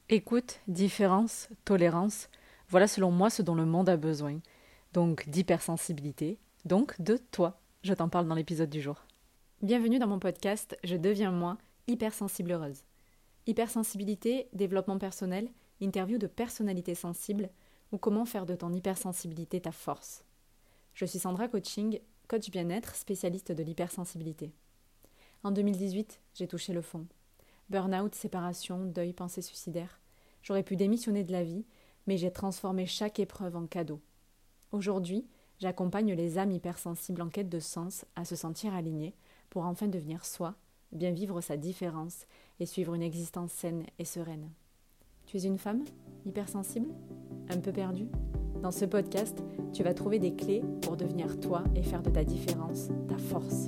Écoute, différence, tolérance, voilà selon moi ce dont le monde a besoin. Donc d'hypersensibilité, donc de toi. Je t'en parle dans l'épisode du jour. Bienvenue dans mon podcast Je deviens moi, hypersensible heureuse. Hypersensibilité, développement personnel, interview de personnalités sensibles ou comment faire de ton hypersensibilité ta force. Je suis Sandra Coaching, coach bien-être, spécialiste de l'hypersensibilité. En 2018, j'ai touché le fond. Burn-out, séparation, deuil, pensée suicidaire. J'aurais pu démissionner de la vie, mais j'ai transformé chaque épreuve en cadeau. Aujourd'hui, j'accompagne les âmes hypersensibles en quête de sens à se sentir alignées pour enfin devenir soi, bien vivre sa différence et suivre une existence saine et sereine. Tu es une femme hypersensible? Un peu perdue? Dans ce podcast, tu vas trouver des clés pour devenir toi et faire de ta différence ta force.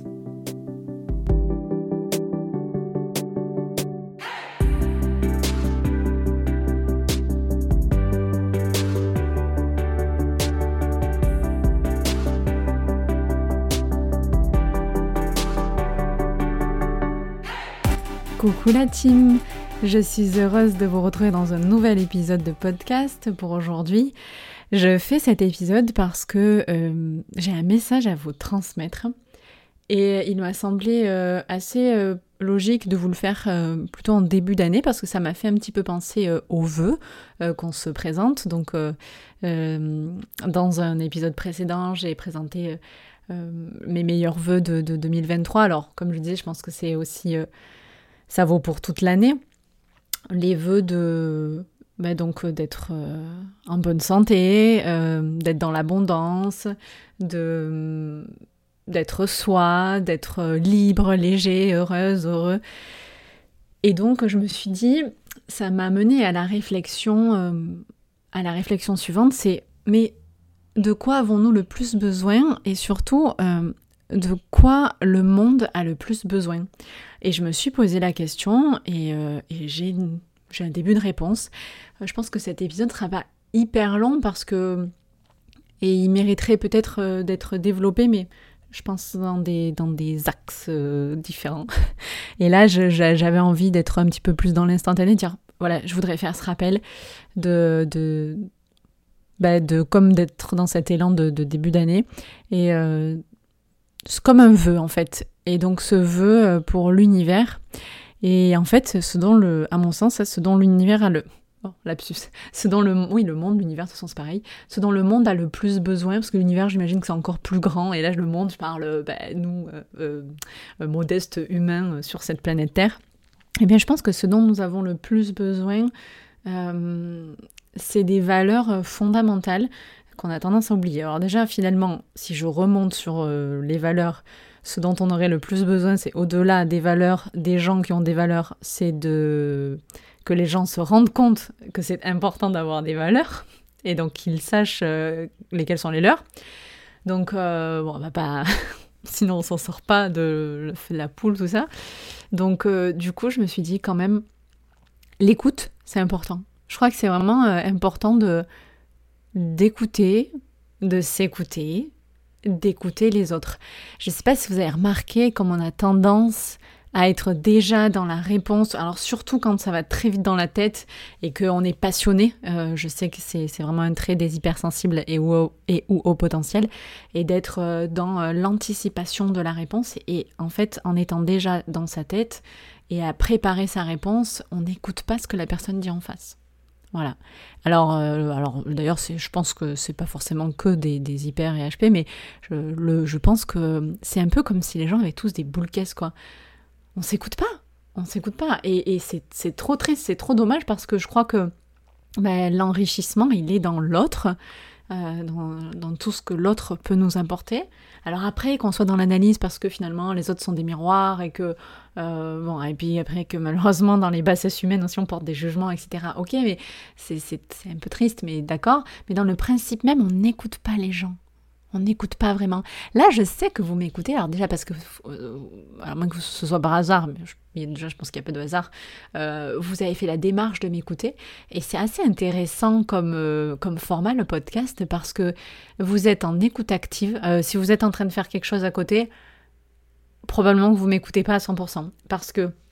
Coucou la team, je suis heureuse de vous retrouver dans un nouvel épisode de podcast pour aujourd'hui. Je fais cet épisode parce que j'ai un message à vous transmettre et il m'a semblé assez logique de vous le faire plutôt en début d'année parce que ça m'a fait un petit peu penser aux vœux qu'on se présente. Donc dans un épisode précédent, j'ai présenté mes meilleurs vœux de 2023. Alors comme je disais, je pense que c'est aussi... ça vaut pour toute l'année. Les vœux d'être en bonne santé, d'être dans l'abondance, d'être soi, d'être libre, léger, heureuse, heureux. Et donc je me suis dit, ça m'a mené à la réflexion suivante, c'est mais de quoi avons-nous le plus besoin et surtout de quoi le monde a le plus besoin? Et je me suis posé la question et j'ai un début de réponse. Je pense que cet épisode ne sera pas hyper long parce que... Et il mériterait peut-être d'être développé, mais je pense dans des axes différents. Et là, j'avais envie d'être un petit peu plus dans l'instantané, de dire, voilà, je voudrais faire ce rappel de comme d'être dans cet élan de début d'année. Et c'est comme un vœu, en fait. Et donc ce vœu pour l'univers, et en fait, à mon sens, ce dont l'univers a le... Oh, lapsus. Le monde, l'univers, de toute façon, c'est pareil. Ce dont le monde a le plus besoin, parce que l'univers, j'imagine que c'est encore plus grand, et là, le monde, je parle, nous, modestes humains sur cette planète Terre. Eh bien, je pense que ce dont nous avons le plus besoin, c'est des valeurs fondamentales qu'on a tendance à oublier. Alors déjà, finalement, si je remonte sur les valeurs, ce dont on aurait le plus besoin, c'est au-delà des valeurs, des gens qui ont des valeurs, c'est que les gens se rendent compte que c'est important d'avoir des valeurs, et donc qu'ils sachent lesquelles sont les leurs. Donc, on va pas... Sinon, on s'en sort pas de la poule, tout ça. Donc, du coup, je me suis dit quand même, l'écoute, c'est important. Je crois que c'est vraiment important d'écouter, de s'écouter, d'écouter les autres. Je ne sais pas si vous avez remarqué comme on a tendance à être déjà dans la réponse, alors surtout quand ça va très vite dans la tête et qu'on est passionné, je sais que c'est vraiment un trait des hypersensibles et ou au potentiel, et d'être dans l'anticipation de la réponse, et en fait en étant déjà dans sa tête et à préparer sa réponse, on n'écoute pas ce que la personne dit en face. Voilà. Alors d'ailleurs, je pense que c'est pas forcément que des hyper et HP, mais je pense que c'est un peu comme si les gens avaient tous des boules caisses, quoi. On s'écoute pas. Et c'est trop triste, c'est trop dommage parce que je crois que l'enrichissement, il est dans l'autre, dans tout ce que l'autre peut nous apporter. Alors après, qu'on soit dans l'analyse parce que finalement les autres sont des miroirs et que et puis après que malheureusement dans les bassesses humaines aussi on porte des jugements, etc. Ok, mais c'est un peu triste, mais d'accord. Mais dans le principe même, on n'écoute pas les gens. On n'écoute pas vraiment. Là, je sais que vous m'écoutez, alors déjà parce que, à moins que ce soit par hasard, mais déjà je pense qu'il y a peu de hasard, vous avez fait la démarche de m'écouter, et c'est assez intéressant comme format, le podcast, parce que vous êtes en écoute active. Si vous êtes en train de faire quelque chose à côté, probablement que vous m'écoutez pas à 100%, parce que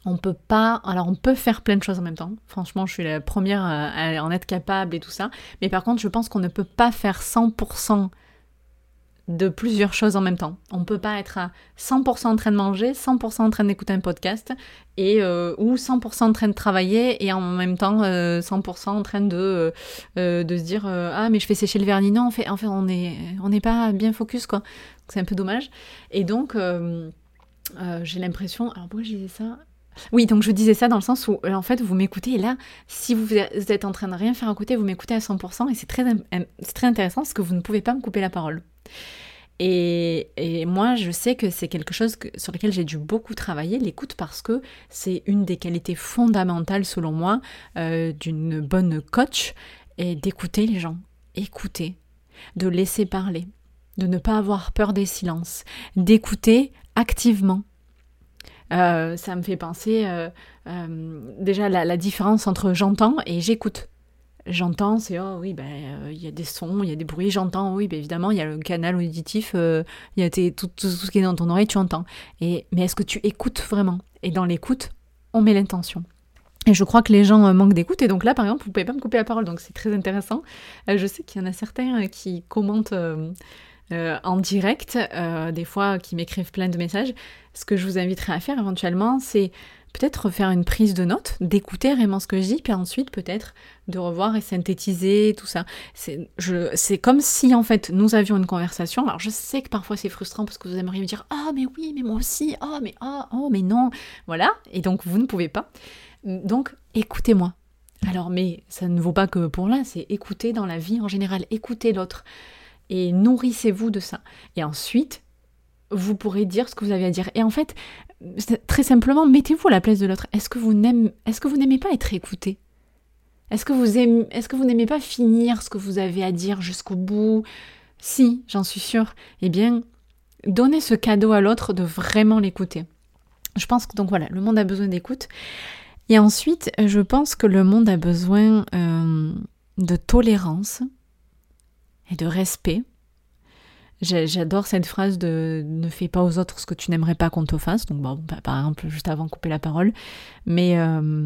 On peut pas, alors on peut faire plein de choses en même temps. Franchement, je suis la première à en être capable et tout ça. Mais par contre, je pense qu'on ne peut pas faire 100% de plusieurs choses en même temps. On ne peut pas être à 100% en train de manger, 100% en train d'écouter un podcast, ou 100% en train de travailler et en même temps 100% en train de se dire ah mais je fais sécher le vernis. Non, en fait on n'est pas bien focus quoi. C'est un peu dommage. Et donc j'ai l'impression... Alors pourquoi je disais ça ? Oui, donc je disais ça dans le sens où, en fait, vous m'écoutez, et là, si vous êtes en train de rien faire à côté, vous m'écoutez à 100%, et c'est très intéressant parce que vous ne pouvez pas me couper la parole. Et moi, je sais que c'est quelque chose sur lequel j'ai dû beaucoup travailler, l'écoute, parce que c'est une des qualités fondamentales, selon moi, d'une bonne coach, et d'écouter les gens, écouter, de laisser parler, de ne pas avoir peur des silences, d'écouter activement. Ça me fait penser déjà la différence entre j'entends et j'écoute. J'entends, c'est oh oui, y a des sons, il y a des bruits, j'entends, oui, évidemment, il y a le canal auditif, il y a tout ce qui est dans ton oreille, tu entends. Mais est-ce que tu écoutes vraiment ? Et dans l'écoute, on met l'intention. Et je crois que les gens manquent d'écoute, et donc là, par exemple, vous pouvez pas me couper la parole, donc c'est très intéressant. Je sais qu'il y en a certains qui commentent en direct, des fois qui m'écrivent plein de messages. Ce que je vous inviterai à faire éventuellement, c'est peut-être faire une prise de notes, d'écouter vraiment ce que je dis, puis ensuite peut-être de revoir et synthétiser tout ça. C'est comme si en fait nous avions une conversation. Alors je sais que parfois c'est frustrant parce que vous aimeriez me dire « Ah mais oui, mais moi aussi, oh mais non !» Voilà, et donc vous ne pouvez pas. Donc écoutez-moi. Alors mais ça ne vaut pas que pour là, c'est écouter dans la vie en général, écouter l'autre. Et nourrissez-vous de ça. Et ensuite, vous pourrez dire ce que vous avez à dire. Et en fait, très simplement, mettez-vous à la place de l'autre. Est-ce que vous n'aimez pas être écouté ? Est-ce que vous n'aimez pas finir ce que vous avez à dire jusqu'au bout ? Si, j'en suis sûre. Eh bien, donnez ce cadeau à l'autre de vraiment l'écouter. Je pense que donc voilà, le monde a besoin d'écoute. Et ensuite, je pense que le monde a besoin de tolérance et de respect. J'adore cette phrase de « ne fais pas aux autres ce que tu n'aimerais pas qu'on te fasse ». Donc bon, par exemple, juste avant de couper la parole. Mais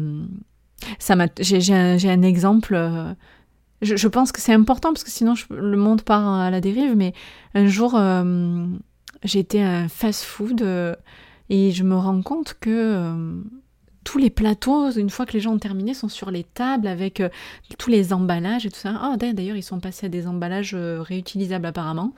j'ai un exemple. Je pense que c'est important parce que sinon le monde part à la dérive. Mais un jour, j'étais à un fast-food et je me rends compte que tous les plateaux, une fois que les gens ont terminé, sont sur les tables avec tous les emballages et tout ça. Ah, d'ailleurs, ils sont passés à des emballages réutilisables apparemment.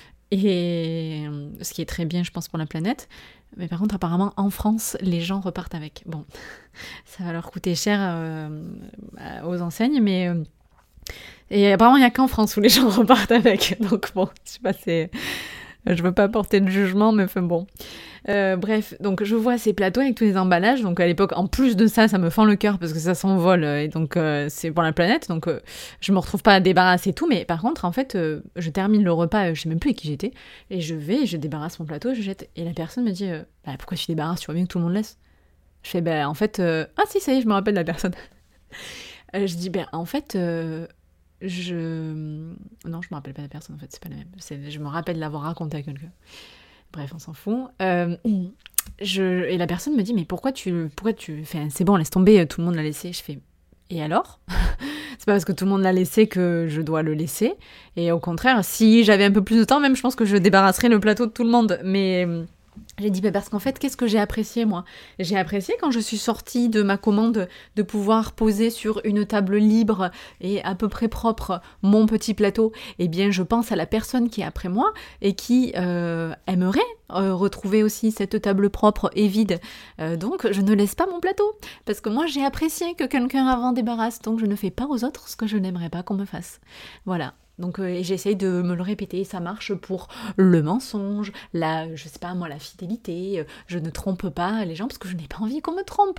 Et ce qui est très bien, je pense, pour la planète. Mais par contre, apparemment, en France, les gens repartent avec. Bon, ça va leur coûter cher aux enseignes, mais... Et apparemment, il n'y a qu'en France où les gens repartent avec. Donc bon, je sais pas, je veux pas porter de jugement, mais enfin bon... bref, donc je vois ces plateaux avec tous les emballages, donc à l'époque, en plus de ça, ça me fend le cœur parce que ça s'envole, et donc c'est pour la planète, donc je me retrouve pas à débarrasser tout, mais par contre, en fait, je termine le repas, je sais même plus avec qui j'étais, et je débarrasse mon plateau, je jette, et la personne me dit pourquoi tu débarrasses, tu vois bien que tout le monde laisse. Je fais, en fait, ah si, ça y est, je me rappelle de la personne. Je dis, en fait... Non, je me rappelle pas de la personne, en fait, c'est pas la même. Je me rappelle l'avoir raconté à quelqu'un. Bref, on s'en fout. Et la personne me dit, mais pourquoi tu fais, c'est bon, laisse tomber, tout le monde l'a laissé. Je fais, et alors ? C'est pas parce que tout le monde l'a laissé que je dois le laisser. Et au contraire, si j'avais un peu plus de temps, même, je pense que je débarrasserais le plateau de tout le monde. Mais j'ai dit, parce qu'en fait, qu'est-ce que j'ai apprécié, moi ? J'ai apprécié quand je suis sortie de ma commande de pouvoir poser sur une table libre et à peu près propre mon petit plateau. Eh bien, je pense à la personne qui est après moi et qui aimerait retrouver aussi cette table propre et vide. Donc, je ne laisse pas mon plateau. Parce que moi, j'ai apprécié que quelqu'un avant débarrasse. Donc, je ne fais pas aux autres ce que je n'aimerais pas qu'on me fasse. Voilà. Donc j'essaye de me le répéter, ça marche pour le mensonge, la fidélité, je ne trompe pas les gens parce que je n'ai pas envie qu'on me trompe.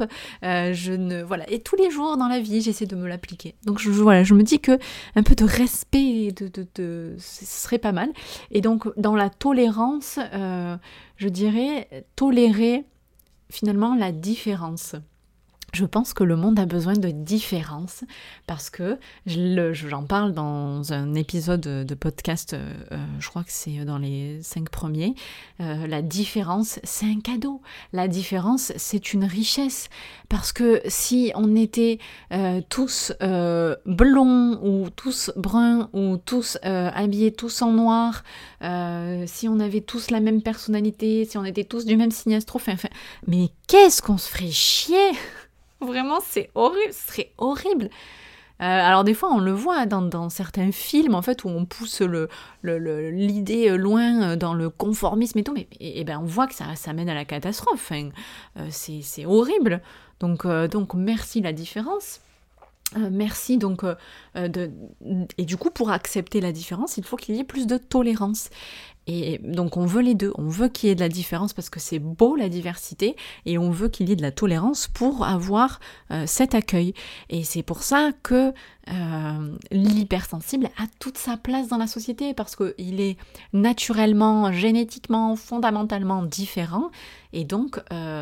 Et tous les jours dans la vie, j'essaie de me l'appliquer. Donc je me dis que un peu de respect, ce serait pas mal. Et donc dans la tolérance, je dirais tolérer finalement la différence. Je pense que le monde a besoin de différence parce que j'en parle dans un épisode de podcast, je crois que c'est dans les 5 premiers. La différence, c'est un cadeau. La différence, c'est une richesse. Parce que si on était tous blonds ou tous bruns ou tous habillés tous en noir, si on avait tous la même personnalité, si on était tous du même signe astro, mais qu'est-ce qu'on se ferait chier! Vraiment, c'est horrible, ce serait horrible. Alors des fois, on le voit dans certains films, en fait, où on pousse l'idée loin dans le conformisme et tout, mais ben, on voit que ça mène à la catastrophe. Enfin, c'est horrible. Donc, merci la différence. Merci donc et du coup pour accepter la différence il faut qu'il y ait plus de tolérance et donc on veut les deux, on veut qu'il y ait de la différence parce que c'est beau la diversité et on veut qu'il y ait de la tolérance pour avoir cet accueil et c'est pour ça que l'hypersensible a toute sa place dans la société parce qu'il est naturellement, génétiquement, fondamentalement différent et donc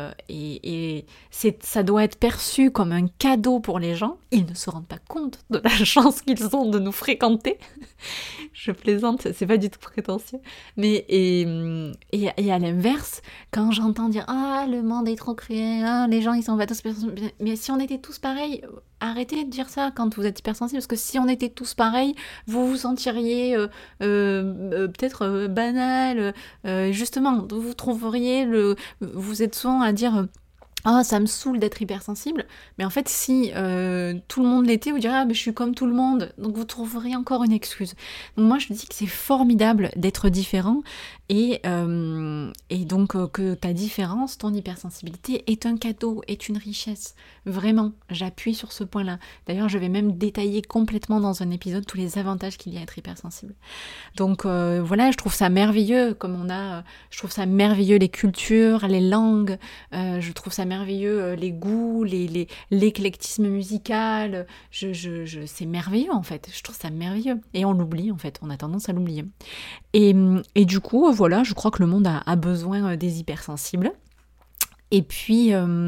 ça doit être perçu comme un cadeau pour les gens. Ils ne se rendent pas compte de la chance qu'ils ont de nous fréquenter. Je plaisante, c'est pas du tout prétentieux. Mais et à l'inverse, quand j'entends dire ah le monde est trop cruel, ah, les gens ils sont pas tous mais si on était tous pareils, arrêtez de dire ça quand vous êtes hypersensible parce que si on était tous pareils, vous vous sentiriez peut-être banal, justement, vous trouveriez vous êtes souvent à dire ah, ça me saoule d'être hypersensible. Mais en fait, si tout le monde l'était, vous diriez ah, mais je suis comme tout le monde. Donc vous trouveriez encore une excuse. Donc moi, je dis que c'est formidable d'être différent et donc que ta différence, ton hypersensibilité est un cadeau, est une richesse. Vraiment, j'appuie sur ce point-là. D'ailleurs, je vais même détailler complètement dans un épisode tous les avantages qu'il y a à être hypersensible. Donc voilà, je trouve ça merveilleux je trouve ça merveilleux les cultures, les langues, je trouve ça merveilleux les goûts, l'éclectisme musical, c'est merveilleux en fait, je trouve ça merveilleux. Et on l'oublie en fait, on a tendance à l'oublier. Et du coup, voilà, je crois que le monde a besoin des hypersensibles. Et puis...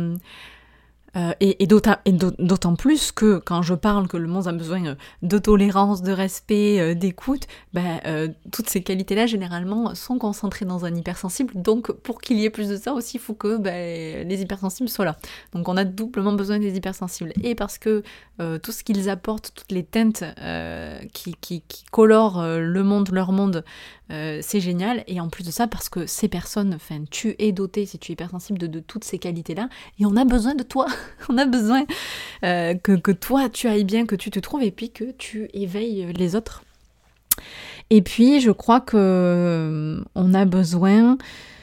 et d'autant plus que quand je parle que le monde a besoin de tolérance, de respect, d'écoute, toutes ces qualités-là généralement sont concentrées dans un hypersensible. Donc pour qu'il y ait plus de ça aussi, il faut que les hypersensibles soient là. Donc on a doublement besoin des hypersensibles. Et parce que tout ce qu'ils apportent, toutes les teintes qui colorent le monde, leur monde, c'est génial. Et en plus de ça, parce que ces personnes, tu es doté, si tu es hypersensible, de toutes ces qualités-là, et on a besoin de toi. On a besoin que toi, tu ailles bien, que tu te trouves, et puis que tu éveilles les autres. Et puis, je crois que on a besoin...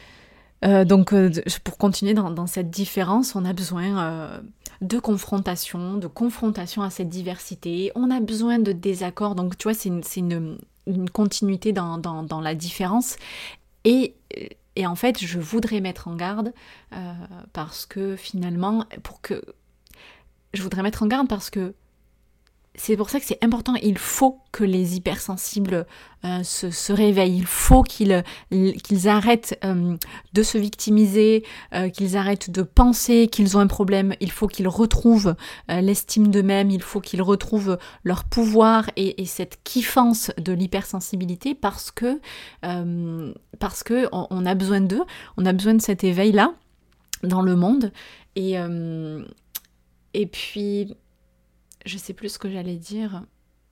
pour continuer dans cette différence, on a besoin de confrontation à cette diversité. On a besoin de désaccords. Donc, tu vois, c'est une continuité dans la différence. Et en fait, je voudrais mettre en garde parce que finalement, c'est pour ça que c'est important, il faut que les hypersensibles se réveillent, il faut qu'ils arrêtent de se victimiser, qu'ils arrêtent de penser qu'ils ont un problème, il faut qu'ils retrouvent l'estime d'eux-mêmes, il faut qu'ils retrouvent leur pouvoir et cette kiffance de l'hypersensibilité parce que on a besoin d'eux, on a besoin de cet éveil-là dans le monde et puis... Je sais plus ce que j'allais dire.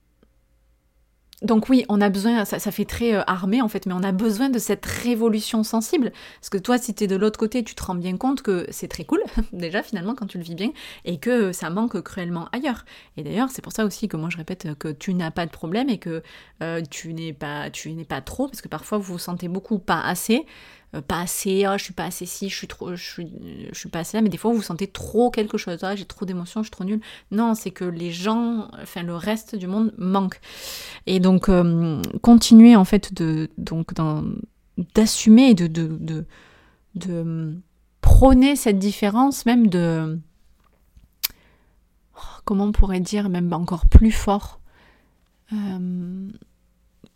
Donc oui, on a besoin, ça fait très armé en fait, mais on a besoin de cette révolution sensible. Parce que toi, si t'es de l'autre côté, tu te rends bien compte que c'est très cool, déjà finalement, quand tu le vis bien, et que ça manque cruellement ailleurs. Et d'ailleurs, c'est pour ça aussi que moi je répète que tu n'as pas de problème et que tu n'es pas trop, parce que parfois vous vous sentez beaucoup pas assez, je suis pas assez ci, je suis pas assez là, mais des fois vous sentez trop quelque chose, j'ai trop d'émotions, je suis trop nulle. Non, c'est que les gens, le reste du monde manque. Et donc continuer en fait d'assumer et de prôner cette différence, même comment on pourrait dire, même encore plus fort.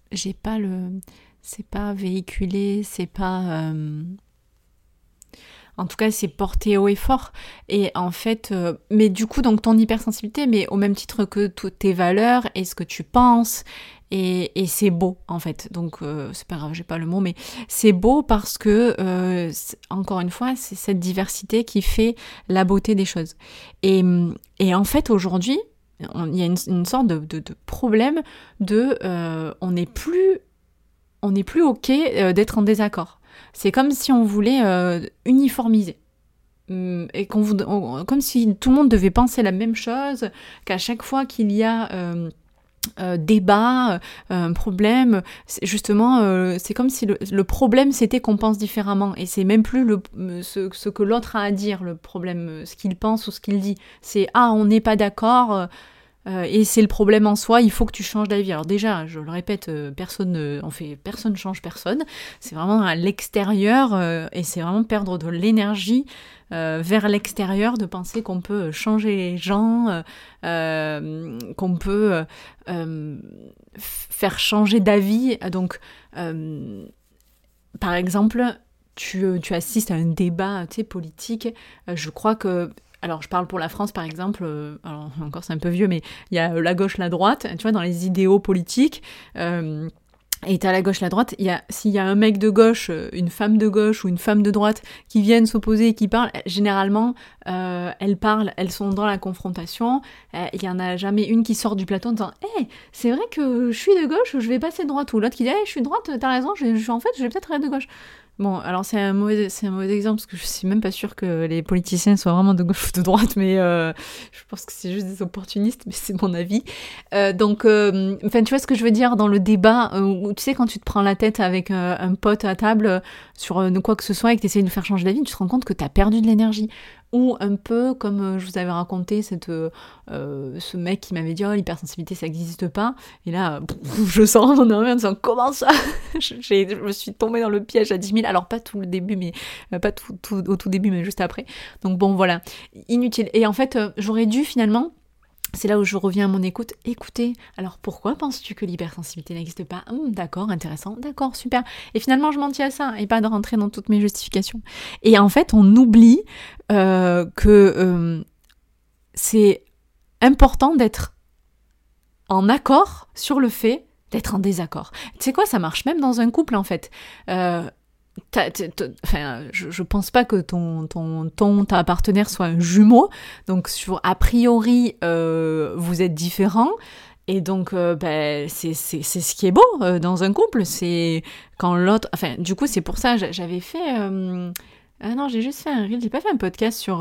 C'est pas véhiculé, c'est pas... En tout cas, c'est porté haut et fort. Et en fait, mais du coup, donc ton hypersensibilité, mais au même titre que toutes tes valeurs et ce que tu penses, et c'est beau en fait. Donc c'est pas grave, j'ai pas le mot, mais c'est beau parce que encore une fois, c'est cette diversité qui fait la beauté des choses. Et en fait, aujourd'hui, il y a une sorte de problème de on n'est plus ok d'être en désaccord. C'est comme si on voulait uniformiser. Et comme si tout le monde devait penser la même chose, qu'à chaque fois qu'il y a débat, un problème, justement, c'est comme si le problème c'était qu'on pense différemment, et c'est même plus ce que l'autre a à dire, le problème, ce qu'il pense ou ce qu'il dit. C'est on n'est pas d'accord. Et c'est le problème en soi, il faut que tu changes d'avis. Alors déjà, je le répète, personne change personne. C'est vraiment à l'extérieur, et c'est vraiment perdre de l'énergie vers l'extérieur, de penser qu'on peut changer les gens, qu'on peut faire changer d'avis. Donc, par exemple, tu assistes à un débat, politique. Je crois que alors, je parle pour la France, par exemple, alors encore c'est un peu vieux, mais il y a la gauche, la droite, tu vois, dans les idéaux politiques, et t'as la gauche, la droite, s'il y a un mec de gauche, une femme de gauche ou une femme de droite qui viennent s'opposer et qui parlent, généralement, elles sont dans la confrontation, il y en a jamais une qui sort du plateau en disant « Hey, c'est vrai que je suis de gauche, je vais passer de droite », ou l'autre qui dit « Hey, je suis de droite, t'as raison, en fait, je vais peut-être être de gauche ». Bon, alors c'est un mauvais exemple parce que je suis même pas sûre que les politiciens soient vraiment de gauche ou de droite, mais je pense que c'est juste des opportunistes, mais c'est mon avis. Donc, enfin, tu vois ce que je veux dire dans le débat où tu sais quand tu te prends la tête avec un pote à table sur quoi que ce soit et que tu essayes de faire changer d'avis, tu te rends compte que tu as perdu de l'énergie. Ou un peu comme je vous avais raconté ce mec qui m'avait dit « Oh, l'hypersensibilité, ça n'existe pas ». Et là, je sors mon en disant « Comment ça ?» Je me suis tombée dans le piège à 10 000. Alors, pas tout le début, mais pas au tout début, mais juste après. Donc bon, voilà, inutile. Et en fait, j'aurais dû finalement... C'est là où je reviens à mon écoute. Écoutez, alors pourquoi penses-tu que l'hypersensibilité n'existe pas ? D'accord, intéressant, d'accord, super. Et finalement, je m'en tiens à ça, et pas de rentrer dans toutes mes justifications. Et en fait, on oublie que c'est important d'être en accord sur le fait d'être en désaccord. Tu sais quoi, ça marche même dans un couple, en fait. Je pense pas que ta partenaire soit un jumeau, donc a priori vous êtes différents, et donc c'est ce qui est beau dans un couple, c'est quand l'autre, enfin du coup c'est pour ça j'avais fait non, j'ai juste fait un reel, j'ai pas fait un podcast sur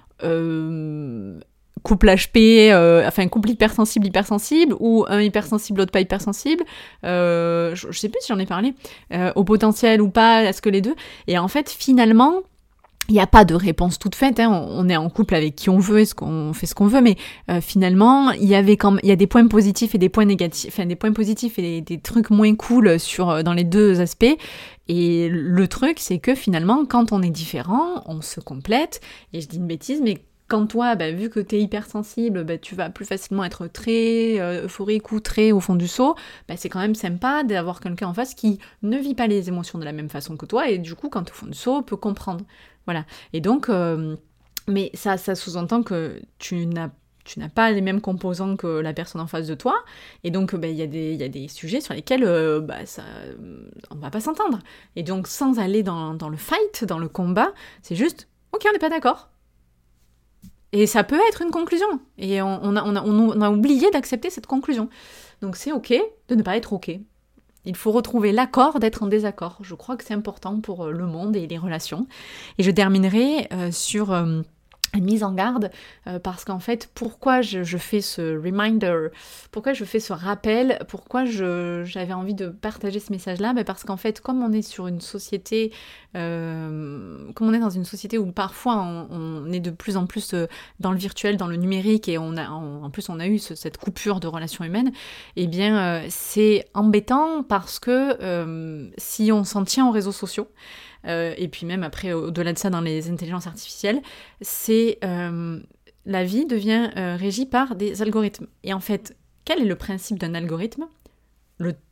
couple HP, couple hypersensible, ou un hypersensible, l'autre pas hypersensible, je sais plus si j'en ai parlé, au potentiel ou pas, est-ce que les deux, et en fait, finalement, il n'y a pas de réponse toute faite, hein. On est en couple avec qui on veut, on fait ce qu'on veut, mais finalement, il y a des points positifs et des points négatifs, enfin des points positifs et des trucs moins cool dans les deux aspects, et le truc, c'est que finalement, quand on est différent, on se complète, et je dis une bêtise, mais quand toi, vu que t'es hypersensible, tu vas plus facilement être très euphorique ou très au fond du seau, c'est quand même sympa d'avoir quelqu'un en face qui ne vit pas les émotions de la même façon que toi, et du coup, quand t'es au fond du seau, peut comprendre. Voilà. Et donc, mais ça sous-entend que tu n'as pas les mêmes composants que la personne en face de toi, et donc il y a des sujets sur lesquels on va pas s'entendre. Et donc, sans aller dans le fight, dans le combat, c'est juste, ok, on n'est pas d'accord. Et ça peut être une conclusion. Et on a oublié d'accepter cette conclusion. Donc c'est ok de ne pas être ok. Il faut retrouver l'accord d'être en désaccord. Je crois que c'est important pour le monde et les relations. Et je terminerai sur une mise en garde, parce qu'en fait, pourquoi je fais ce reminder, pourquoi je fais ce rappel, pourquoi j'avais envie de partager ce message-là, parce qu'en fait, comme on est sur une société, comme on est dans une société où parfois on est de plus en plus dans le virtuel, dans le numérique, et en plus on a eu cette coupure de relations humaines, eh bien c'est embêtant parce que si on s'en tient aux réseaux sociaux, et puis même après, au-delà de ça, dans les intelligences artificielles, c'est la vie devient régie par des algorithmes. Et en fait, quel est le principe d'un algorithme ?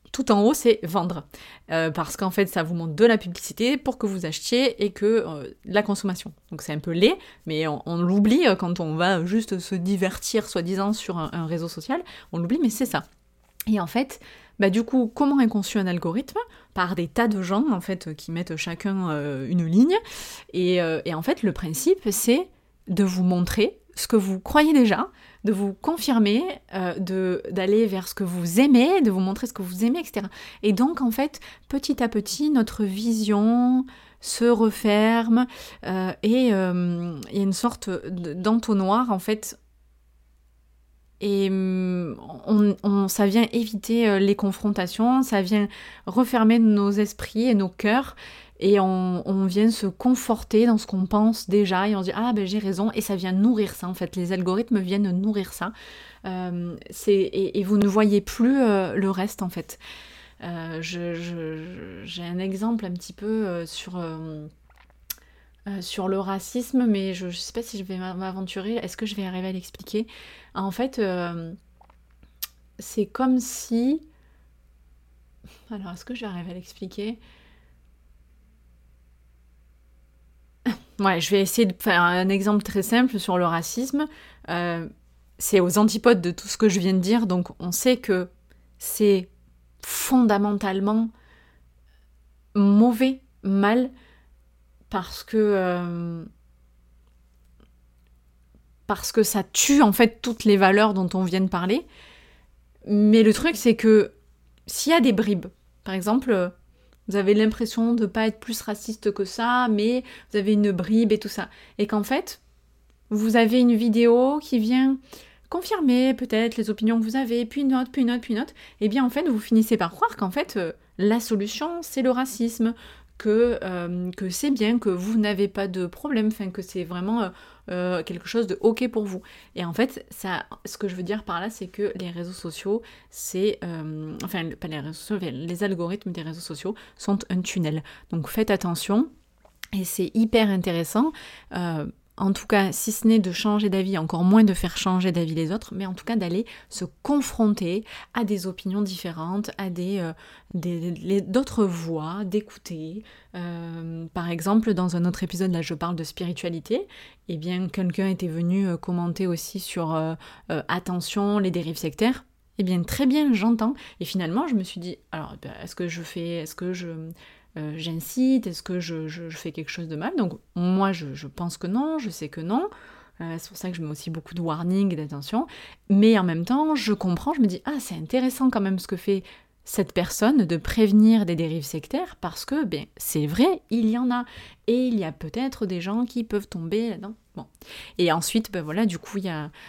tout en haut, c'est vendre. Parce qu'en fait, ça vous montre de la publicité pour que vous achetiez et que la consommation. Donc c'est un peu laid, mais on l'oublie quand on va juste se divertir, soi-disant, sur un réseau social. On l'oublie, mais c'est ça. Et en fait, du coup, comment est conçu un algorithme ? Par des tas de gens, en fait, qui mettent chacun une ligne. Et en fait, le principe, c'est de vous montrer ce que vous croyez déjà, de vous confirmer, d'aller vers ce que vous aimez, de vous montrer ce que vous aimez, etc. Et donc, en fait, petit à petit, notre vision se referme et il y a une sorte d'entonnoir, en fait. Et ça vient éviter les confrontations, ça vient refermer nos esprits et nos cœurs, et on vient se conforter dans ce qu'on pense déjà, et on se dit « Ah, j'ai raison », et ça vient nourrir ça, en fait. Les algorithmes viennent nourrir ça. Et vous ne voyez plus le reste, en fait. J'ai un exemple un petit peu sur le racisme, mais je ne sais pas si je vais m'aventurer. Est-ce que je vais arriver à l'expliquer ? En fait, c'est comme si... Alors, est-ce que je vais arriver à l'expliquer ? Ouais, je vais essayer de faire un exemple très simple sur le racisme. C'est aux antipodes de tout ce que je viens de dire, donc on sait que c'est fondamentalement mauvais, mal, parce que ça tue en fait toutes les valeurs dont on vient de parler. Mais le truc, c'est que s'il y a des bribes, par exemple, vous avez l'impression de ne pas être plus raciste que ça, mais vous avez une bribe et tout ça, et qu'en fait, vous avez une vidéo qui vient confirmer peut-être les opinions que vous avez, puis une autre, puis une autre, puis une autre, et bien en fait, vous finissez par croire qu'en fait, la solution, c'est le racisme, que c'est bien, que vous n'avez pas de problème, enfin que c'est vraiment quelque chose de ok pour vous. Et en fait, ça, ce que je veux dire par là, c'est que les réseaux sociaux, c'est... enfin, pas les réseaux sociaux, les algorithmes des réseaux sociaux sont un tunnel. Donc faites attention, et c'est hyper intéressant. En tout cas, si ce n'est de changer d'avis, encore moins de faire changer d'avis les autres, mais en tout cas d'aller se confronter à des opinions différentes, à d'autres voix, d'écouter. Par exemple, dans un autre épisode, là je parle de spiritualité, et bien quelqu'un était venu commenter aussi sur attention, les dérives sectaires. Eh bien très bien, j'entends. Et finalement, je me suis dit, alors est-ce que j'incite, est-ce que je fais quelque chose de mal ? Donc moi je pense que non, je sais que non, c'est pour ça que je mets aussi beaucoup de warning et d'attention, mais en même temps je comprends, je me dis c'est intéressant quand même ce que fait cette personne de prévenir des dérives sectaires, parce que c'est vrai, il y en a, et il y a peut-être des gens qui peuvent tomber là-dedans. Bon. Et ensuite voilà, du coup il y a...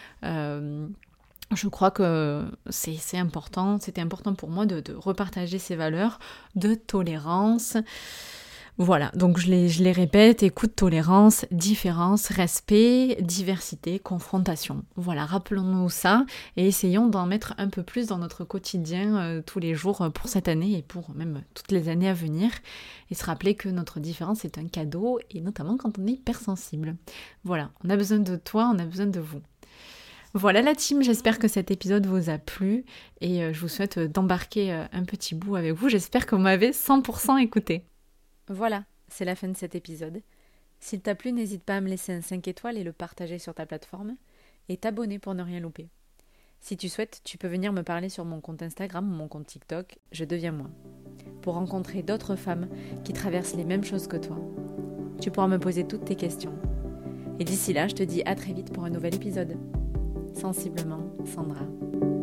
je crois que c'est important, c'était important pour moi de repartager ces valeurs de tolérance. Voilà, donc je les répète, écoute, tolérance, différence, respect, diversité, confrontation. Voilà, rappelons-nous ça et essayons d'en mettre un peu plus dans notre quotidien tous les jours pour cette année et pour même toutes les années à venir. Et se rappeler que notre différence est un cadeau, et notamment quand on est hypersensible. Voilà, on a besoin de toi, on a besoin de vous. Voilà la team, j'espère que cet épisode vous a plu et je vous souhaite d'embarquer un petit bout avec vous. J'espère que vous m'avez 100% écouté. Voilà, c'est la fin de cet épisode. S'il t'a plu, n'hésite pas à me laisser un 5 étoiles et le partager sur ta plateforme et t'abonner pour ne rien louper. Si tu souhaites, tu peux venir me parler sur mon compte Instagram ou mon compte TikTok, Je deviens moi, pour rencontrer d'autres femmes qui traversent les mêmes choses que toi. Tu pourras me poser toutes tes questions. Et d'ici là, je te dis à très vite pour un nouvel épisode. Sensiblement, Sandra.